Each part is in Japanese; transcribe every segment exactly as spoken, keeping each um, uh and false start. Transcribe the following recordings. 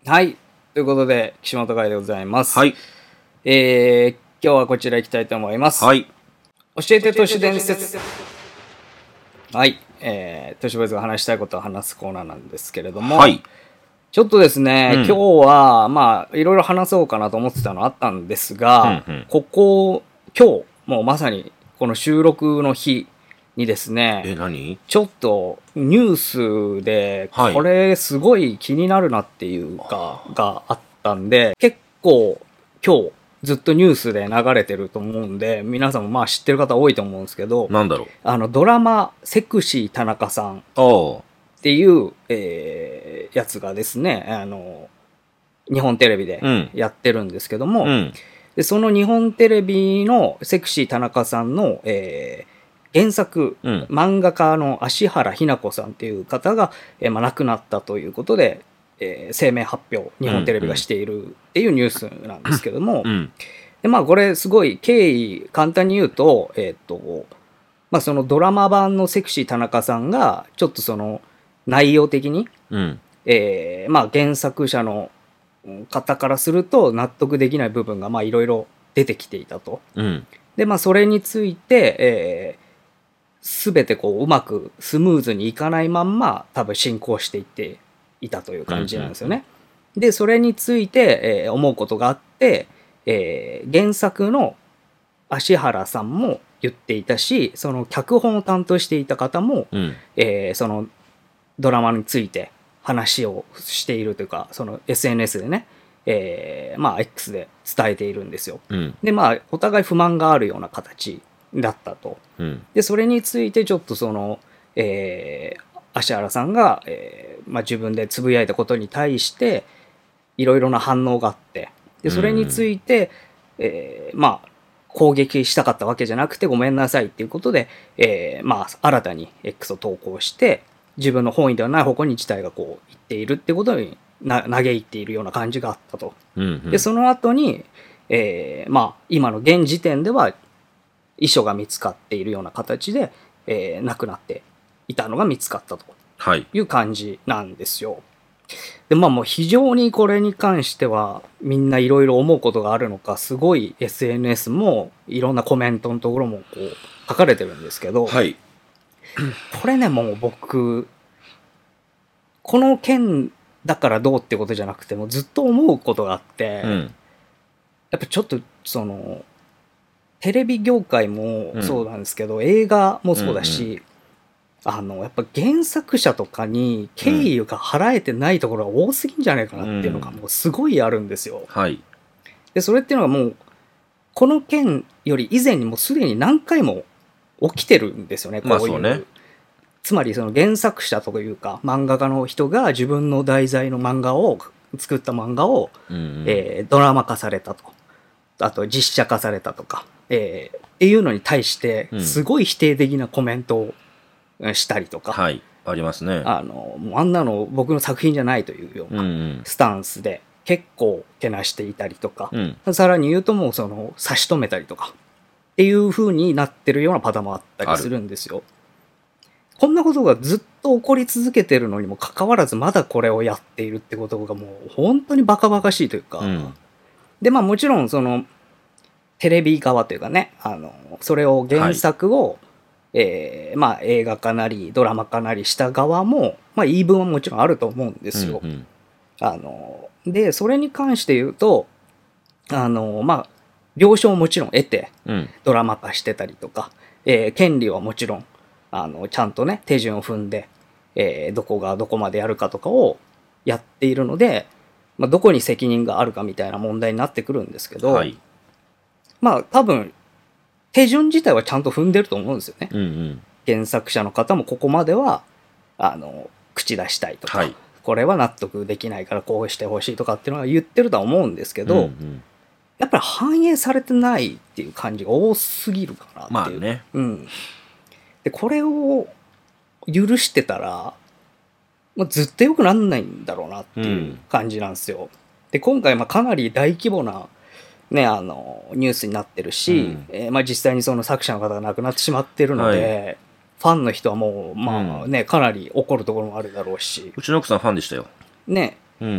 はい。ということで、岸本会でございます。 はい。 えー、今日はこちら行きたいと思います。 はい。 教えて都市伝説。はい。えー、都市ボーイズが話したいことを話すコーナーなんですけれども、 はい。 ちょっとですね、 うん今日は、まあ、いろいろ話そうかなと思ってたのあったんですが、 うんうんここ、今日、もうまさに、この収録の日にですね、 え、何？ ちょっとニュースで、 はいこれすごい気になるなっていうか、があったんで、結構今日ずっとニュースで流れてると思うんで、皆さんもまあ知ってる方多いと思うんですけど、 なんだろう。 あのドラマセクシー田中さんっああ。 ていう、えーやつがですね、あの、日本テレビでうんやってるんですけども、 うん。 でその日本テレビのセクシー田中さんの、えー原作、 うん漫画家の芦原ひな子さんっていう方が、えーまあ、亡くなったということで、えー声明発表日本テレビがしているっていうニュースなんですけども、 うん。 でまあこれすごい経緯簡単に言うと、えっとまあ、そのドラマ版のセクシー田中さんがちょっとその内容的に、 うん。 えーまあ、原作者の方からすると納得できない部分がまあいろいろ出てきていたと。 うん。 でまあそれについて、えー、全てこううまくスムーズにいかないまんま多分進行していっていたという感じなんですよね。でそれについて、えー思うことがあって、えー原作の芦原さんも言っていたし、その脚本を担当していた方も、 うん。 えーそのドラマについて話をしているというか、その エスエヌエス でね、えーまあ X で伝えているんですよ。 うん。 でまあお互い不満があるような形だったと。 うん。 でそれについてちょっとその、えー、芦原さんが、えーまあ、自分でつぶやいたことに対していろいろな反応があって、でそれについて、えーまあ攻撃したかったわけじゃなくてごめんなさいっていうことで、えーまあ新たに X を投稿して自分の本意ではない方向に事態がこう言っているってことにな嘆いているような感じがあったと。 うん。 でその後に、えーまあ今の現時点では遺書が見つかっているような形で、えー亡くなっていたのが見つかったとはい。 いう感じなんですよ。でまあもう非常にこれに関してはみんないろいろ思うことがあるのか、すごい エスエヌエス もいろんなコメントのところもこう書かれてるんですけど、 はい。 これねもう僕この件だからどうってことじゃなくてもずっと思うことがあって、 うん。 やっぱちょっとそのテレビ業界もそうなんですけど、映画もそうだし、あのやっぱ原作者とかに敬意が払えてないところが多すぎんじゃないかなっていうのがもうすごいあるんですよ。 はい。 でそれっていうのがもうこの件より以前にもうすでに何回も起きてるんですよね。こういう、 まあそうねつまりその原作者というか漫画家の人が自分の題材の漫画を作った漫画を、 うんうん。 えードラマ化されたと、あと実写化されたとか、えーっていうのに対してうんすごい否定的なコメントをえーしたりとか、 はい。ありますね。 あのもうあんなの僕の作品じゃないというよううんう。 なんスタンスで結構けなしていたりとか、 うん。 さらに言うともうその差し止めたりとかっていう風になってるようなパターンもあったりするんですよ。こんなことがずっと起こり続けてるのにもかかわらずまだこれをやっているってことがもう本当にバカバカしいというか、 うん。 でまあもちろんそのテレビ側というかね、あのそれを原作を、えーまあ映画化なりドラマ化なりした側もまあ言い分はもちろんあると思うんですよ。 うんうん。 あのでそれに関して言うとあのまあ了承をもちろん得てうん。 ドラマ化してたりとか、えー権利はもちろんあのちゃんとね手順を踏んで、えーどこがどこまでやるかとかをやっているので、まあ、どこに責任があるかみたいな問題になってくるんですけど、 はい。 まあ多分手順自体はちゃんと踏んでると思うんですよね。 うんうん。 原作者の方もここまではあの口出したいとか、 はい。 これは納得できないからこうしてほしいとかっていうのは言ってるとは思うんですけど、 うんうん。 やっぱり反映されてないっていう感じが多すぎるかなっていう。 まあね。 うん。でこれを許してたら、まあ、ずっと良くなんないんだろうなっていう感じなんですよ。で今回まあかなり大規模なね、あのニュースになってるし、 うんえーまあ、実際にその作者の方が亡くなってしまってるので、ファンの人はもうまあね、かなり怒るところもあるだろうし、 うちの奥さんファンでしたよ。 ね、 うん。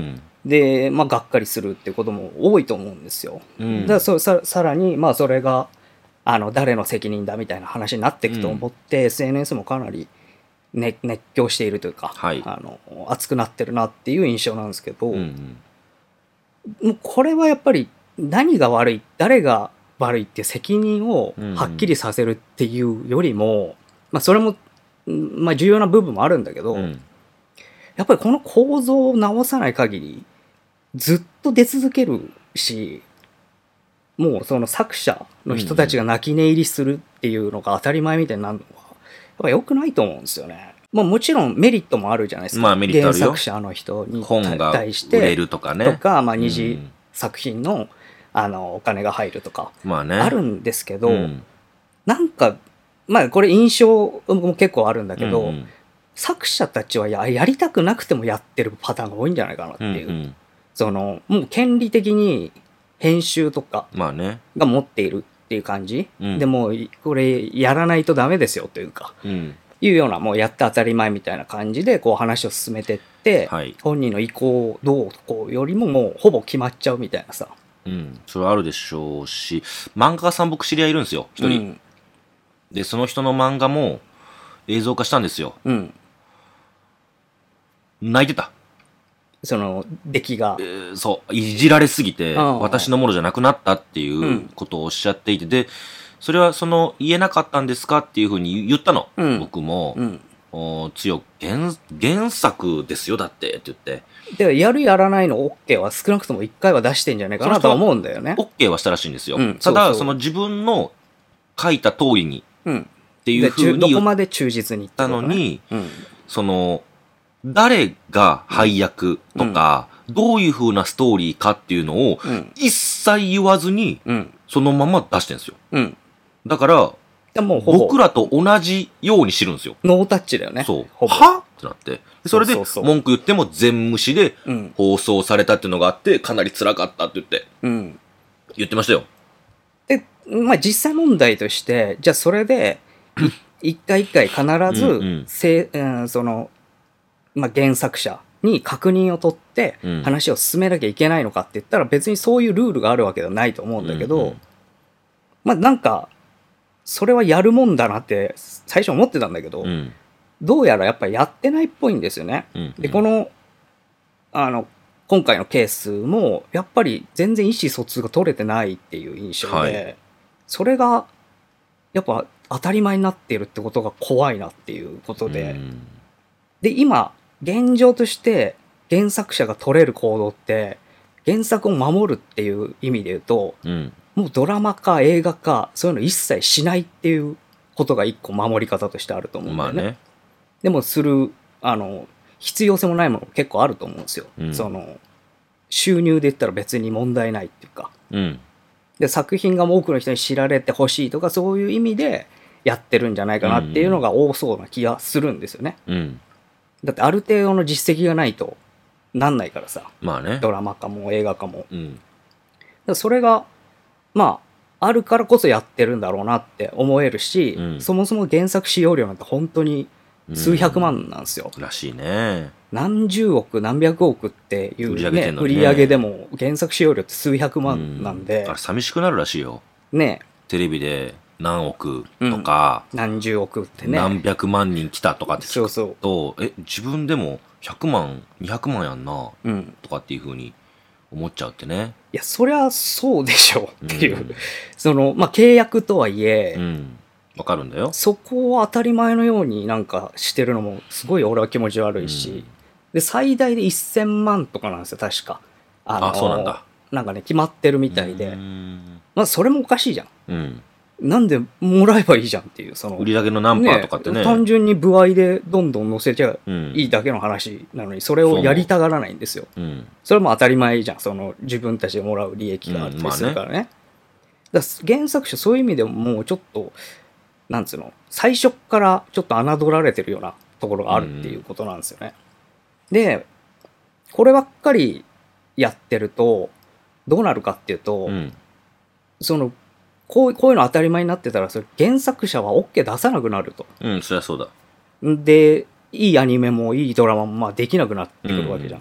で、まあ、がっかりするっていうことも多いと思うんですよ。 うん、 だからそささらに、まあ、それがあの誰の責任だみたいな話になっていくと思って、うん、エスエヌエス もかなり、ね、熱狂しているというか、 はい、 あの熱くなってるなっていう印象なんですけど、 うんうん、もうこれはやっぱり何が悪い誰が悪いっていう責任をはっきりさせるっていうよりも、うん、まあ、それも、まあ、重要な部分もあるんだけど、うん、やっぱりこの構造を直さない限りずっと出続けるし、もうその作者の人たちが泣き寝入りするっていうのが当たり前みたいになるのはやっぱ良くないと思うんですよね。まあ、もちろんメリットもあるじゃないですか。 まあ、メリットあるよ。 原作者の人に本が対して売れるとかね。 とか、まあ、二次作品の、あのお金が入るとかあるんですけど、 まあね、うん、 なんかまあこれ印象も結構あるんだけど、 うんうん、 作者たちは や, やりたくなくてもやってるパターンが多いんじゃないかなっていう、 うんうん、 そのもう権利的に編集とかが持っているっていう感じ、 まあね、 でもこれやらないとダメですよというか、うん、いうようなもうやって当たり前みたいな感じでこう話を進めてって、はい、本人の意向をどうこうよりももうほぼ決まっちゃうみたいなさ、 うん、それはあるでしょうし、漫画家さん僕知り合いいるんですよ一人、うん、でその人の漫画も映像化したんですよ、うん、泣いてた。 その出来が、 えー、そういじられすぎて私のものじゃなくなったっていうことをおっしゃっていて、でそれはその言えなかったんですかっていうふうに言ったの、うん、僕も、うん、お強く 原, 原作ですよだってって言って、 でやるやらないの OK は少なくともいっかいは出してんじゃないかなとは思うんだよね。 OK はしたらしいんですよ、うん、ただ そうそう、その自分の書いた通りに、うん、っていうふうにどこまで忠実に言ったのに、うん、その誰が配役とか、うん、どういう風なストーリーかっていうのを一切言わずに、うん、そのまま出してるんですよ、うん、だからもう僕らと同じように知るんですよ。 ノータッチだよね。 そうはってなって、それで文句言っても全無視で放送されたっていうのがあって、かなり辛かったって言って、うん、言ってましたよ。 で、まあ実際問題としてじゃあそれで一回一回必ずうん、せうん、そのまあ、原作者に確認を取って話を進めなきゃいけないのかって言ったら別にそういうルールがあるわけではないと思うんだけど、うんうん、まあなんかそれはやるもんだなって最初思ってたんだけど、うん、どうやらやっぱりやってないっぽいんですよね、うんうん、でこのあの今回のケースもやっぱり全然意思疎通が取れてないっていう印象で、はい、それがやっぱ当たり前になっているってことが怖いなっていうことで、うん、で今現状として原作者が取れる行動って原作を守るっていう意味で言うと、うん、もうドラマか映画かそういうの一切しないっていうことが一個守り方としてあると思うんだよね。まあね、でもするあの必要性もないもの結構あると思うんですよ、うん、その収入で言ったら別に問題ないっていうか、うん、で作品が多くの人に知られてほしいとかそういう意味でやってるんじゃないかなっていうのが多そうな気がするんですよね、うん、だってある程度の実績がないとなんないからさ、まあね、ドラマ化も映画化も、うん、だからそれがまああるからこそやってるんだろうなって思えるし、うん、そもそも原作使用料なんて本当に数百万なんですよ、 うん、らしいね。 何十億何百億っていう、ね、売り上げ、ね、売り上げでも原作使用料って数百万なんで、 うん、あれ寂しくなるらしいよね。 テレビで何億とか、 うん、何十億ってね何百万人来たとかって聞くと、 そうそうえ自分でもひゃくまんにひゃくまんやんな、うん、とかっていう風に思っちゃうってね。 いやそりゃそうでしょっていう、うん、そのまあ契約とはいえ、 うん、わかるんだよ。 そこを当たり前のようになんかしてるのもすごい俺は気持ち悪いし、うん、で最大でせんまんとかなんですよ確か。 あのー、あそうなんだ。 なんかね決まってるみたいで、うん、まあそれもおかしいじゃん、うん、なんでもらえばいいじゃんっていうその売り上げの何パーとかってね、 単純に歩合でどんどん載せちゃいいだけの話なのにそれをやりたがらないんですよ、うん、それも当たり前じゃん、その自分たちでもらう利益があったりするからね、うんまあね、だから原作者そういう意味でももうちょっとなんつうの最初からちょっと侮られてるようなところがあるっていうことなんですよね、うん、でこればっかりやってるとどうなるかっていうと、うん、そのこう、こういうの当たり前になってたらそれ原作者は OK 出さなくなると。 うん、そりゃそうだ。 で、いいアニメもいいドラマもまあできなくなってくるわけじゃん。うん、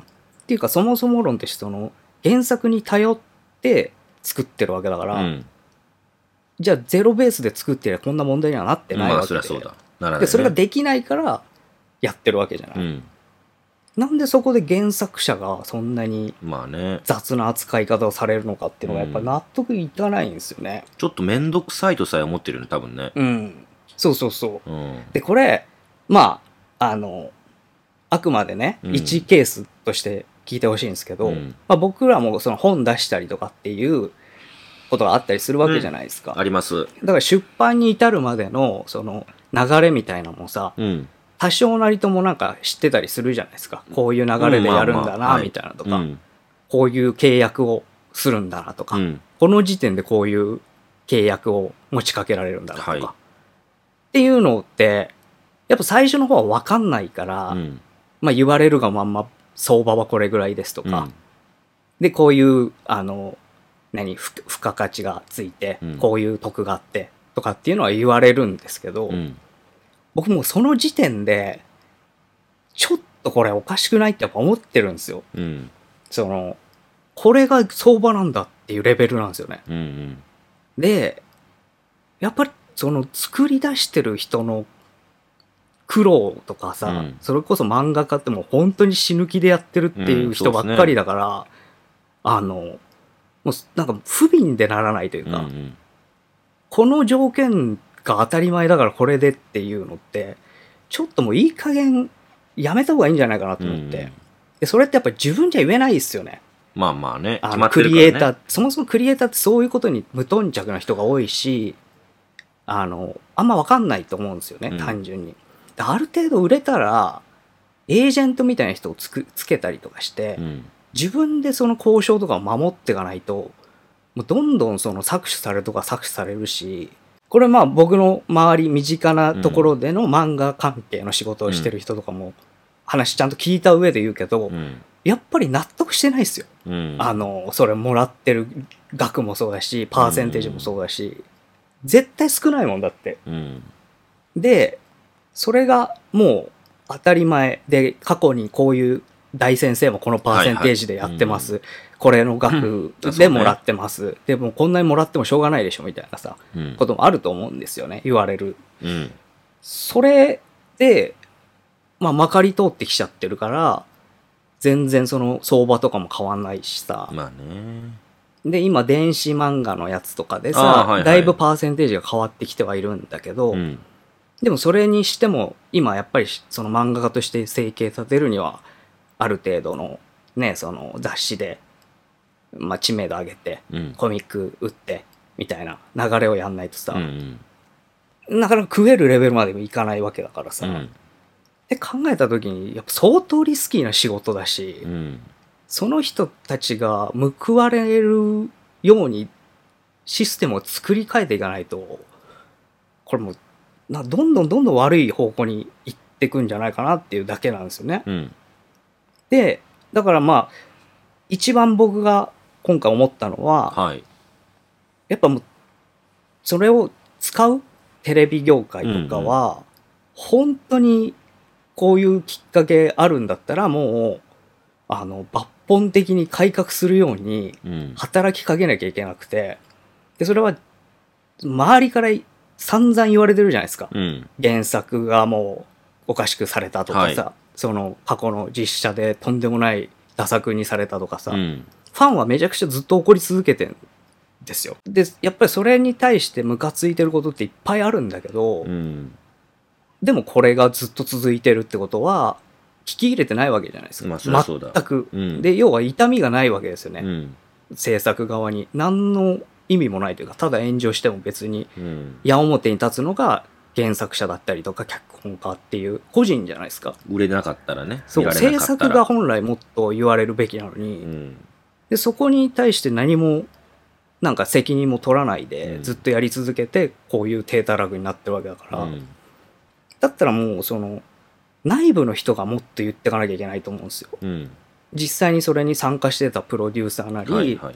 っていうかそもそも論としてその原作に頼って作ってるわけだから、うん、じゃあゼロベースで作ってりゃこんな問題にはなってないわけで、まあ、そりゃそうだならないね、でそれができないからやってるわけじゃない、うん、なんでそこで原作者がそんなに雑な扱い方をされるのかっていうのがやっぱ納得いかないんですよね、 うん、ちょっと面倒くさいとさえ思ってるよね多分ね。 うんそうそうそう、うん、でこれまああのあくまでね、うん、いちケースとして聞いてほしいんですけど、うんまあ、僕らもその本出したりとかっていうことがあったりするわけじゃないですか、 うん、あります。 だから出版に至るまでのその流れみたいなのもさ、うん、多少なりともなんか知ってたりするじゃないですか。こういう流れでやるんだなみたいなとか、うんまあまあはい、こういう契約をするんだなとか、うん、この時点でこういう契約を持ちかけられるんだなとか、はい、っていうのってやっぱ最初の方は分かんないから、うん、まあ言われるがまんま相場はこれぐらいですとか、うん、でこういうあの何付加価値がついて、うん、こういう得があってとかっていうのは言われるんですけど、うん、僕もその時点でちょっとこれおかしくないってやっぱ思ってるんですよ、うん、そのこれが相場なんだっていうレベルなんですよね、うんうん、でやっぱりその作り出してる人の苦労とかさ、うん、それこそ漫画家ってもう本当に死ぬ気でやってるっていう人ばっかりだから、うんね、あのもうなんか不憫でならないというか、うんうん、この条件が当たり前だからこれでっていうのってちょっともういい加減やめた方がいいんじゃないかなと思って、うん、でそれってやっぱり自分じゃ言えないですよね。 まあまあね、 あのクリエイター、そもそもクリエイターってそういうことに無頓着な人が多いし、あのあんま分かんないと思うんですよね、うん、単純に。ある程度売れたらエージェントみたいな人をつくつけたりとかして、うん、自分でその交渉とかを守っていかないともうどんどんその搾取されるとか搾取されるし、これまあ僕の周り身近なところでの漫画関係の仕事をしてる人とかも話ちゃんと聞いた上で言うけど、うん、やっぱり納得してないですよ、うん、あのそれもらってる額もそうだしパーセンテージもそうだし、うん、絶対少ないもんだって、うん、でそれがもう当たり前で、過去にこういう大先生もこのパーセンテージでやってます、はいはいうん、これの額でもらってます、うんね、でもこんなにもらってもしょうがないでしょみたいなさ、うん、こともあると思うんですよね、言われる、うん、それでまあまかり通ってきちゃってるから全然その相場とかも変わんないしさ、 まあね、 で今電子漫画のやつとかでさ、はいはい、だいぶパーセンテージが変わってきてはいるんだけど、うんでもそれにしても今やっぱりその漫画家として生計立てるにはある程度のねその雑誌でまあ知名度上げてコミック売ってみたいな流れをやんないとさ、うんうん、なかなか食えるレベルまでもいかないわけだからさ、うん、で考えた時にやっぱ相当リスキーな仕事だし、うん、その人たちが報われるようにシステムを作り変えていかないとこれもうなどんどんどんどん悪い方向に行ってくんじゃないかなっていうだけなんですよね、うん、でだからまあ一番僕が今回思ったのは、はい、やっぱもうそれを使うテレビ業界とかは、うんうん、本当にこういうきっかけあるんだったらもうあの抜本的に改革するように働きかけなきゃいけなくて、でそれは周りから散々言われてるじゃないですか、うん、原作がもうおかしくされたとかさ、はい、その過去の実写でとんでもないダ作にされたとかさ、うん、ファンはめちゃくちゃずっと怒り続けてるんですよ。でやっぱりそれに対してムカついてることっていっぱいあるんだけど、うん、でもこれがずっと続いてるってことは聞き入れてないわけじゃないですか、まあ、そりゃそうだ全く、うん、で要は痛みがないわけですよね、うん、制作側に何の意味もないというか、ただ炎上しても別に矢面に立つのが原作者だったりとか脚本家っていう個人じゃないですか。 売れなかったらね、 そう制作が本来もっと言われるべきなのに、うん、でそこに対して何もなんか責任も取らないでずっとやり続けてこういう低たらくになってるわけだから、うん、だったらもうその内部の人がもっと言っていかなきゃいけないと思うんですよ、うん、実際にそれに参加してたプロデューサーなり、はいはい、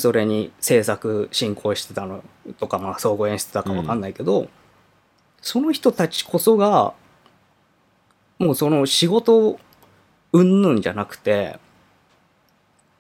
それに制作進行してたのとか、まあ、総合演出だか分かんないけど、うん、その人たちこそがもうその仕事云々じゃなくて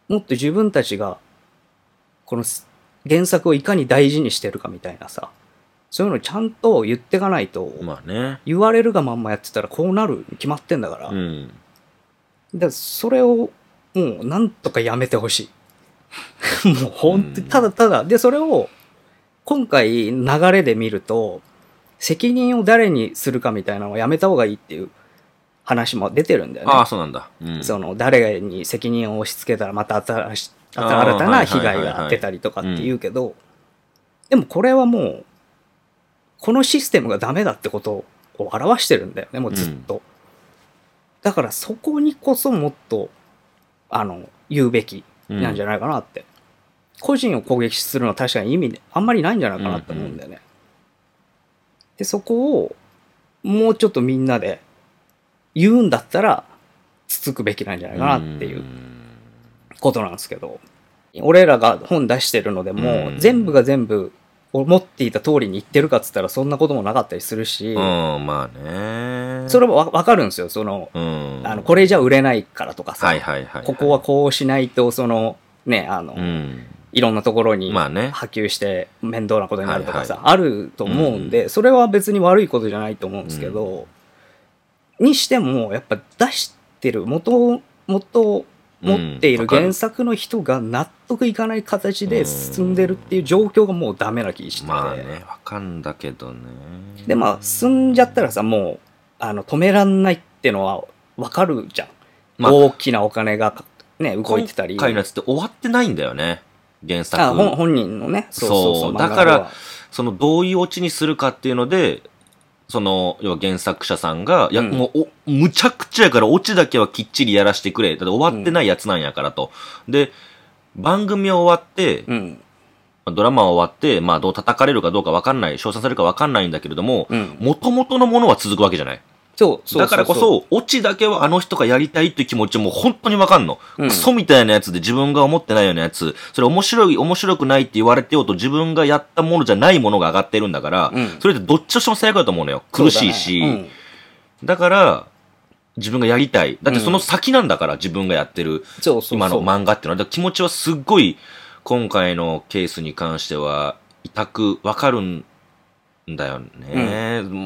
もっと自分たちがこの原作をいかに大事にしてるかみたいなさ、そういうのちゃんと言っていかないと、 まあね、 言われるがまんまやってたらこうなるに決まってんだから、 うん、 だからそれをもうなんとかやめてほしい。もう本当にただただで、それを今回流れで見ると、責任を誰にするかみたいなのをやめた方がいいっていう話も出てるんだよね。 ああ、そうなんだ。うん、 その誰に責任を押し付けたらまた新し新たな被害が出たりとかって言うけど、でもこれはもうこのシステムがダメだってことを表してるんだよね、もうずっと。うん、だからそこにこそもっとあの言うべきなんじゃないかなって。うん、個人を攻撃するのは確かに意味あんまりないんじゃないかなって思うんだよね。うんうん、でそこをもうちょっとみんなで言うんだったらつつくべきなんじゃないかなっていうことなんですけど、俺らが本出してるのでも全部が全部思っていた通りに言ってるかっつったらそんなこともなかったりするし、 うん、まあね、 それも分かるんですよ。その、うん、あのこれじゃ売れないからとかさ、はいはいはいはい、ここはこうしないとそのねあの、うん、いろんなところに波及して面倒なことになるとかさ、まあね、あると思うんで、うん、それは別に悪いことじゃないと思うんですけど、うん、にしてもやっぱ出してる元々持っている原作の人が納得いかない形で進んでるっていう状況がもうダメな気してて、 まあね、わかんだけどね。 でまあ進んじゃったらさ、もうあの止めらんないってのはわかるじゃん、まあ、大きなお金がね動いてたり、 今回のやつって終わってないんだよね、原作。 あ、本人のね、 そうそうそう、だからそのどういうオチにするかっていうので、その要は原作者さんが、いや、うん、もうおむちゃくちゃやからオチだけはきっちりやらしてくれ、だって終わってないやつなんやからと、うん、で番組終わって、うん、ドラマ終わって、まあどう叩かれるかどうか分かんない、称賛されるか分かんないんだけれども、もともとのものは続くわけじゃない。 そうそうそうそう、 だからこそオチだけはあの人がやりたいっていう気持ちも本当に分かんの、うん、クソみたいなやつで自分が思ってないようなやつ、それ面白い面白くないって言われてようと自分がやったものじゃないものが上がってるんだから、うん、それってどっちとしても最悪だと思うのよ。苦しいし、だね、うん、だから自分がやりたい、だってその先なんだから、自分がやってる今の漫画っていうのは、だから気持ちはすっごい今回のケースに関しては痛く分かるんだよね。うん、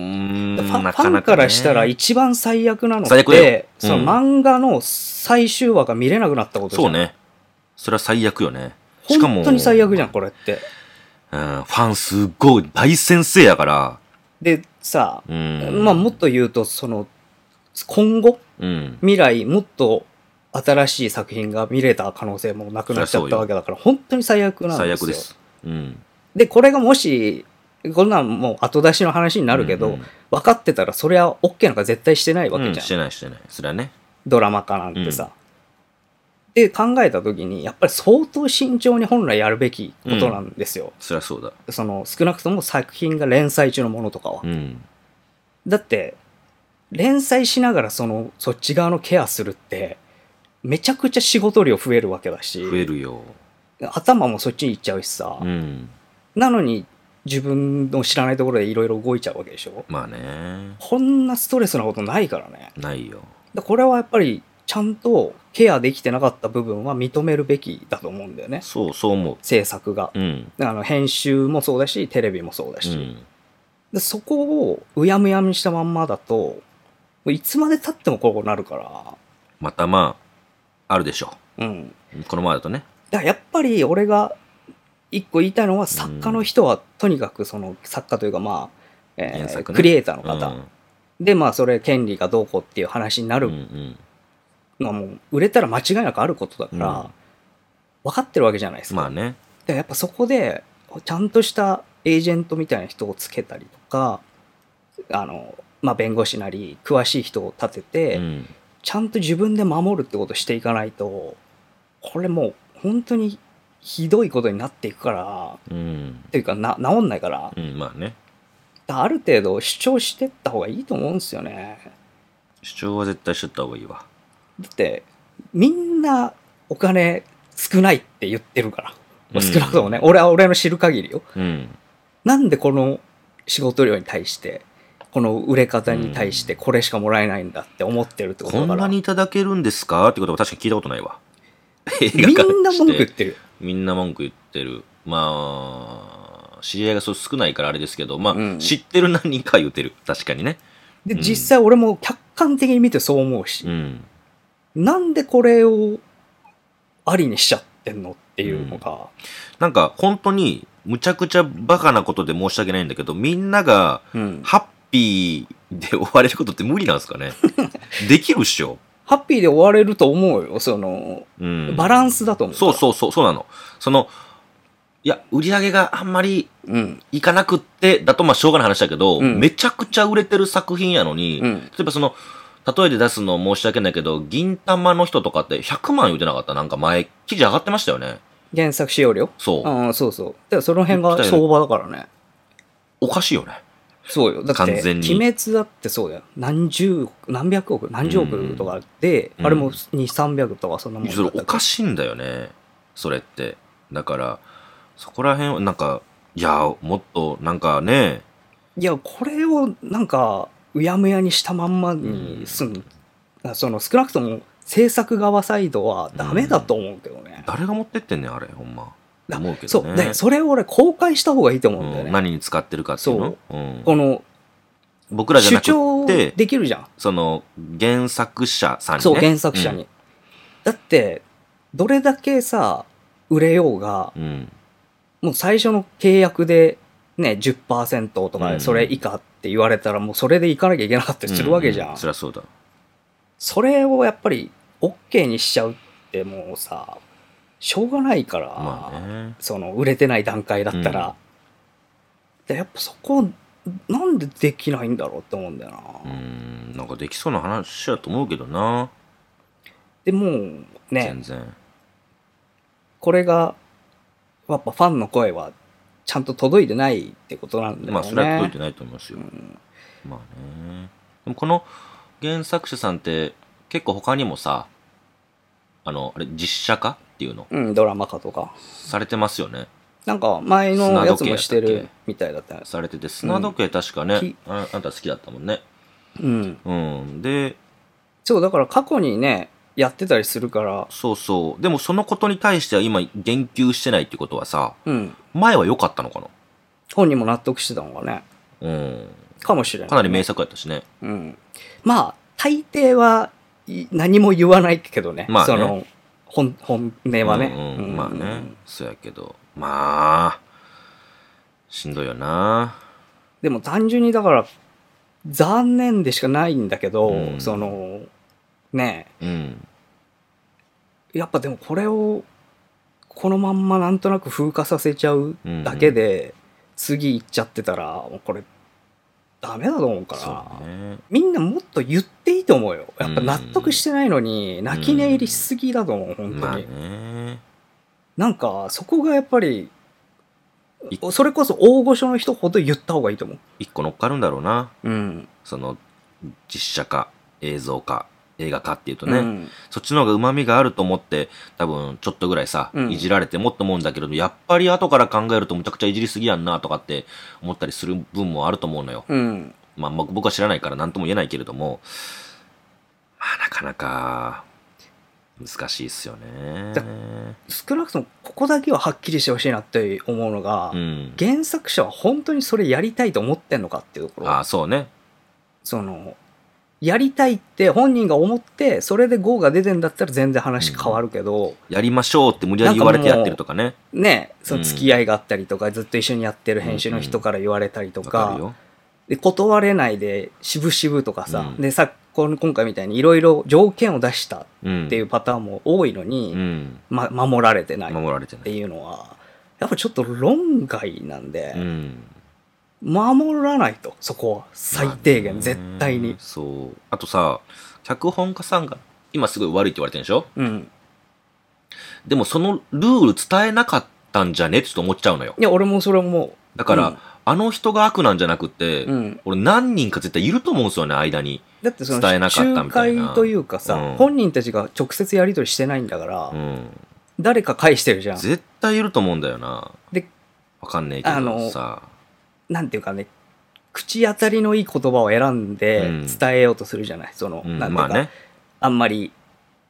ファンからしたら一番最悪なのって、うん、その漫画の最終話が見れなくなったことじゃん。 そうね。それは最悪よね。 しかも本当に最悪じゃんこれって。 うん、ファンすっごい大先生やから。 でさ、うん、まあもっと言うとその今後、うん、未来もっと新しい作品が見れた可能性もなくなっちゃったわけだから、本当に最悪なんですよ。最悪です。うん、でこれがもしこんなんもう後出しの話になるけど、うんうん、分かってたらそれは OK なんか絶対してないわけじゃん、うん、 してないしてない、それはね、 ドラマ化なんてさ、うん、で考えた時にやっぱり相当慎重に本来やるべきことなんですよ、うん、 そりゃそうだ。 その少なくとも作品が連載中のものとかは、うん、だって連載しながらそのそっち側のケアするってめちゃくちゃ仕事量増えるわけだし、 増えるよ、 頭もそっちに行っちゃうしさ、うん、なのに自分の知らないところでいろいろ動いちゃうわけでしょ。 まあね、 こんなストレスなことないからね。 ないよ。 だこれはやっぱりちゃんとケアできてなかった部分は認めるべきだと思うんだよね。 そうそう思う。 制作が、うん、あの編集もそうだしテレビもそうだし、うん、でそこをうやむやにしたまんまだといつまで経ってもこうなるから、 またまああるでしょう、うん、このままだとね。 だからやっぱり俺が一個言いたいのは、作家の人はとにかくその作家というかまあ、えーね、クリエイターの方、うん、でまあそれ権利がどうこうっていう話になるのはもう売れたら間違いなくあることだから、うん、分かってるわけじゃないですか。 まあね。 でやっぱそこでちゃんとしたエージェントみたいな人をつけたりとか、あの、まあ、弁護士なり詳しい人を立てて、うん、ちゃんと自分で守るってことをしていかないと、これもう本当にひどいことになっていくから、うん、っていうかな治んないから、 うん、まあね、 ある程度主張してった方がいいと思うんですよね。 主張は絶対してった方がいいわ。 だってみんなお金少ないって言ってるから、うん、少なくともね、俺は俺の知る限りよ、うん、なんでこの仕事量に対してこの売れ方に対してこれしかもらえないんだって思ってるってことだから、 こんなにいただけるんですかってことは確かに聞いたことないわ。 映み画化してんな文句言ってる。 みんな文句言ってる。まあ、知り合いがそう少ないからあれですけど、まあ、うん、知ってる何人か言ってる。確かにね。 で、うん、実際俺も客観的に見てそう思うし、うん、なんでこれをありにしちゃってんのっていうのが、うん、 なんか本当にむちゃくちゃバカなことで申し訳ないんだけど、みんながハッピーで終われることって無理なんですかね。できるっしょ。 ハッピーで終われると思うよ。その、うん、バランスだと思う。 そうそうそう、そうなの。その、いや、売り上げがあんまりいかなくって、だとまあしょうがない話だけど、うん、めちゃくちゃ売れてる作品やのに、うん、例えばその、例えで出すの申し訳ないけど、銀玉の人とかってひゃくまん言うてなかった？なんか前、記事上がってましたよね。 原作使用料？ そう。 ああ、そうそう。だからその辺が相場だからね。 おかしいよね。 そうよ。だって、完全に鬼滅だってそうだよ。何十、何百億、何十億とかで、うん、あれもに、さんびゃくとかそんなもんだった。 それおかしいんだよね。それって。だから、そこら辺は、なんか、いや、もっと、なんかね。 いや、これを、なんか、うやむやにしたまんまにすん、うん、その、少なくとも、制作側サイドはダメだと思うけどね。 うん、誰が持ってってんねん、あれ、ほんま。思うけどね。 そう。で、それを俺公開した方がいいと思うんだよね。 うん、何に使ってるかっていうの。 そう。うん、この、 僕らじゃなくて、 主張できるじゃん。 その、原作者さんにね。 そう、原作者に。うん、だって、どれだけさ、売れようが、うん、もう最初の契約で、ね、じゅっパーセント とかそれ以下って言われたら、もうそれでいかなきゃいけなかったりするわけじゃん。うんうん、 そりゃそうだ。 それをやっぱり OK にしちゃうってもうさ、しょうがないから、まあね、その売れてない段階だったら、うん、でやっぱそこなんでできないんだろうって思うんだよな。 うん、なんかできそうな話だと思うけどな。 でもうね、全然これがやっぱファンの声はちゃんと届いてないってことなんだよね。 まあそれは届いてないと思いますよ。うん、まあね。でもこの原作者さんって結構他にもさ、あのあれ実写化っていうの、 うん、ドラマ化とかされてますよね。 なんか前のやつもしてるみたいだったね。 されてて、砂時計確かね、うん、あ, あんた好きだったもんね。うん。うん。で、 そう、だから過去にね、やってたりするから。 そうそう。でもそのことに対しては今言及してないってことはさ、うん、前は良かったのかな？ 本人も納得してたのかね。うん。かもしれない、ね。 かなり名作やったしね。 うん。まあ、大抵は何も言わないけどね。まあね、その、本、本音はね。 うんうん、まあね。そうやけど。まあ、しんどいよな。 でも単純にだから、残念でしかないんだけど、うん、その、ねえ、うん、やっぱでもこれを、このまんまなんとなく風化させちゃうだけで、うん、次行っちゃってたら、もうこれ、ダメだと思うから、ね、みんなもっと言っていいと思うよ。やっぱ納得してないのに、泣き寝入りしすぎだと思う、うん、本当に。まあね、なんか、そこがやっぱり、それこそ大御所の人ほど言った方がいいと思う。 一個乗っかるんだろうな。うん。その、実写化、映像化、映画化っていうとね、うん、そっちの方が旨味があると思って、多分ちょっとぐらいさ、うん、いじられてもっと思うんだけど、やっぱり後から考えるとむちゃくちゃいじりすぎやんなとかって思ったりする分もあると思うのよ。うん。まあ、僕は知らないから何とも言えないけれども、まあなかなか、難しいっすよね。 少なくともここだけははっきりしてほしいなって思うのが、うん、原作者は本当にそれやりたいと思ってんのかっていうところ。 ああ、そうね。 そのやりたいって本人が思ってそれで ゴー が出てんだったら全然話変わるけど、うん、 やりましょうって無理やり言われてやってるとかね。 ね、その付き合いがあったりとか、うん、ずっと一緒にやってる編集の人から言われたりとか、うんうん、で断れないで渋々とかさ、うん、でさ今回みたいにいろいろ条件を出したっていうパターンも多いのに、うんま、守られてないっていうのはやっぱちょっと論外なんで、うん、守らないとそこは最低限、まあ、絶対に。 そうあとさ脚本家さんが今すごい悪いって言われてるでしょ、うん、でもそのルール伝えなかったんじゃねってちょっと思っちゃうのよ。 いや俺もそれもだから、うんあの人が悪なんじゃなくて、うん、俺何人か絶対いると思うんですよね、間に。 だってその伝えなかったみたいな。仲介というかさ、うん、本人たちが直接やり取りしてないんだから、うん、誰か返してるじゃん。 絶対いると思うんだよな。で、わかんねえけどさ。 なんていうかね、口当たりのいい言葉を選んで伝えようとするじゃない。その、うん、なんていうか、まあね、あんまり、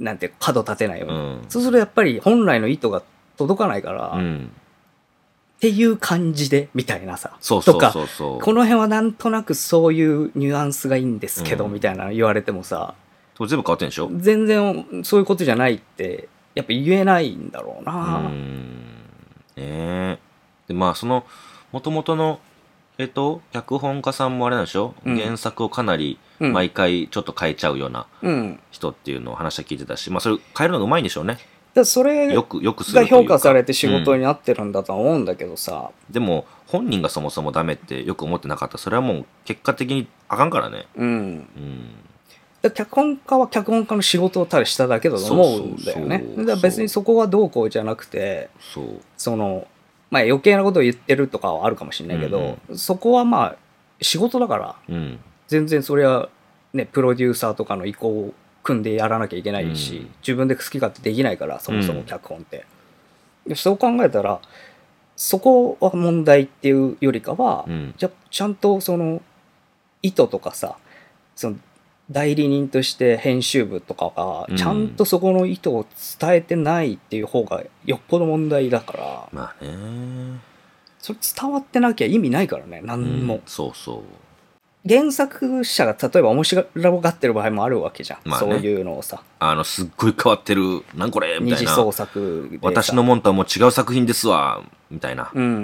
なんて角立てないように、 うん、 そうするとやっぱり本来の意図が届かないから、うん、っていう感じでみたいなさ、 そうそうそうそう、 とかこの辺はなんとなくそういうニュアンスがいいんですけど、うん、みたいな言われてもさ、 全部変わってんでしょ。 全然そういうことじゃないってやっぱ言えないんだろうな。 うんねえ。でまあその元々のえっと脚本家さんもあれなんでしょ、うん、原作をかなり毎回ちょっと変えちゃうような人っていうのを話は聞いてたし、まあそれ変えるのがうまいんでしょうね。 だそれが評価されて仕事になってるんだとは思うんだけどさ、 うん、でも本人がそもそもダメってよく思ってなかったらそれはもう結果的にあかんからね。うん、うん脚本家は脚本家の仕事をただしただけだと思うんだよね。だから別にそこはどうこうじゃなくて、そうその、まあ、余計なことを言ってるとかはあるかもしれないけど、うんうん、そこはまあ仕事だから、うん、全然それはねプロデューサーとかの意向を組んでやらなきゃいけないし、うん、自分で好き勝手できないからそもそも脚本って、うん、でそう考えたらそこは問題っていうよりかは、うん、じゃちゃんとその意図とかさ、その代理人として編集部とかがちゃんとそこの意図を伝えてないっていう方がよっぽど問題だから、 うん、まあね、 それ伝わってなきゃ意味ないからね、何も、うん、 そうそう、 原作者が例えば面白がってる場合もあるわけじゃん、まあね、そういうのをさ、 あのすっごい変わってるなんこれみたいな、 二次創作で私のもんとはもう違う作品ですわみたいな、うん、うん、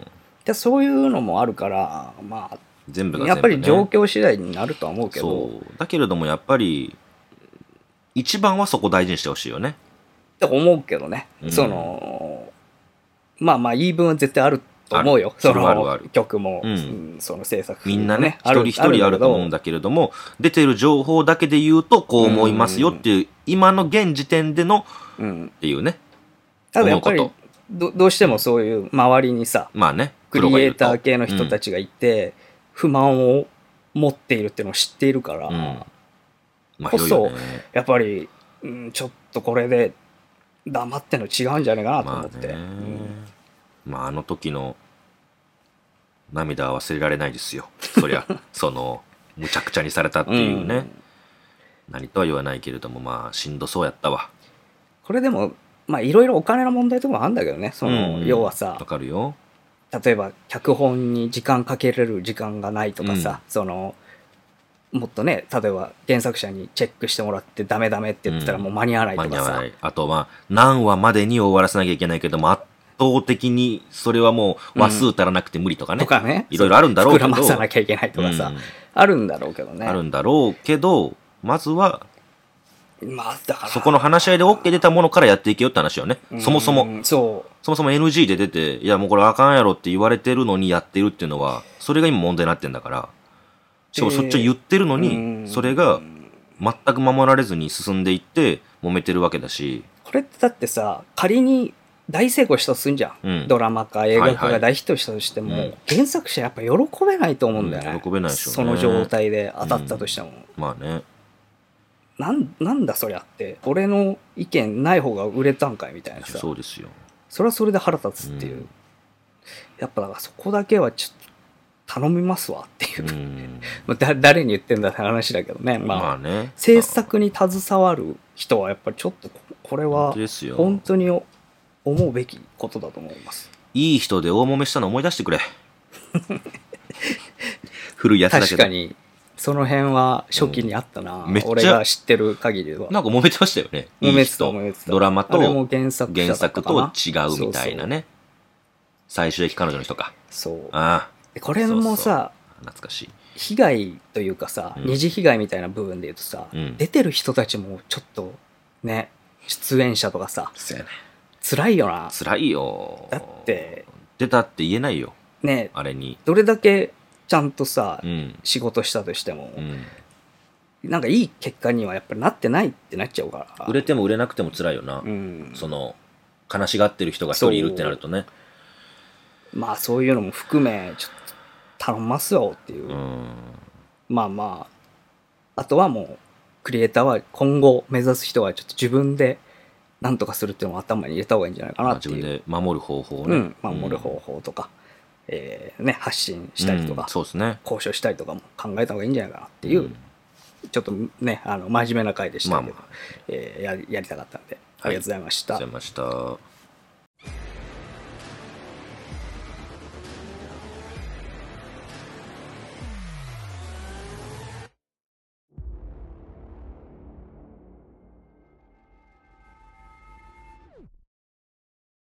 でそういうのもあるからまあ全部が全部、ね、 やっぱり状況次第になるとは思うけど、 そうだけれどもやっぱり一番はそこ大事にしてほしいよねって思うけどね、うん、そのまあまあ言い分は絶対あると思うよ、そのあるある曲も、うん、その制作、 ね、みんなね一人一人あると思うんだけれども、出てる情報だけで言うとこう思いますよっていう、うん、今の現時点での、うん、っていうね、 ただやっぱり ど, どうしてもそういう周りにさ、 まあね、 クリエイター系の人たちがいて、不満を持っているっていうのを知っているから、うん、まあ、こそ、ね、やっぱり、うん、ちょっとこれで黙っての違うんじゃないかなと思って、まあ、ね、 うん、まああの時の涙は忘れられないですよそりゃそのむちゃくちゃにされたっていうね、うん、何とは言わないけれどもまあしんどそうやったわ。 これでもまあいろいろお金の問題とかもあるんだけどね、その、うん、要はさ、 わかるよ、 例えば脚本に時間かけれる時間がないとかさ、うん、そのもっとね、例えば原作者にチェックしてもらってダメダメって言ってたらもう間に合わないとかさ、うん、間に合わない。 あとまあ何話までに終わらせなきゃいけないけども圧倒的にそれはもう話数足らなくて無理とかね、うん、とかね、いろいろあるんだろうけど、 膨らまさなきゃいけないとかさ、うん、あるんだろうけどね、 あるんだろうけど、まずはまあ、だからそこの話し合いで OK 出たものからやっていけよって話よね。そもそもそうそもそも エヌジー で出て、いやもうこれあかんやろって言われてるのにやってるっていうのはそれが今問題になってんだから、しかもそっちは言ってるのにそれが全く守られずに進んでいって揉めてるわけだし、 これってだってさ、仮に大成功したとすんじゃん、うん、ドラマか映画化が大ヒットしたとしても、はいはい、原作者やっぱ喜べないと思うんだよね、 うん、喜べないでしょうね、 その状態で当たったとしても、 うん、まあね、 なん、なんだそりゃって、俺の意見ない方が売れたんかいみたいなさ、 そうですよ、 それはそれで腹立つっていう、うん、やっぱだからそこだけはちょっと頼みますわっていう、うん、まあだ誰に言ってんだって話だけどね、まあ、まあね、制作に携わる人はやっぱりちょっとこれは本当に思うべきことだと思います。 いい人で大揉めしたの思い出してくれ古いやつだけど、 確かにその辺は初期にあったな、うん、めっちゃ俺が知ってる限りはなんか揉めてましたよね。 揉めてた揉めてた。 ドラマとあれも原作原作と違うみたいなね。最終的彼女の人か。 そう。 ああ。これもさ、そうそう懐かしい。 被害というかさ、うん、二次被害みたいな部分で言うとさ、うん、出てる人たちもちょっとね、出演者とかさ、 そうやね、 辛いよな。 辛いよ。 だって出たって言えないよ。 ね、 あれにどれだけちゃんとさ、うん、仕事したとしても、うん、なんかいい結果にはやっぱりなってないってなっちゃうから。 売れても売れなくても辛いよな、うん、その悲しがってる人が一人いるってなるとね。 まあそういうのも含めちょっと頼みますよっていう、うん、まあまああとはもうクリエイターは今後目指す人はちょっと自分で何とかするっていうのを頭に入れた方がいいんじゃないかなっていう、 まあ、自分で守る方法をね、うん、 守る方法とか、えーね、発信したりとか、 うん、そうですね、 交渉したりとかも考えた方がいいんじゃないかなっていう、うん、 ちょっとねあの真面目な回でしたけど、 まあまあえー、ややりたかったんでありがとうございました。 ありがとうございました。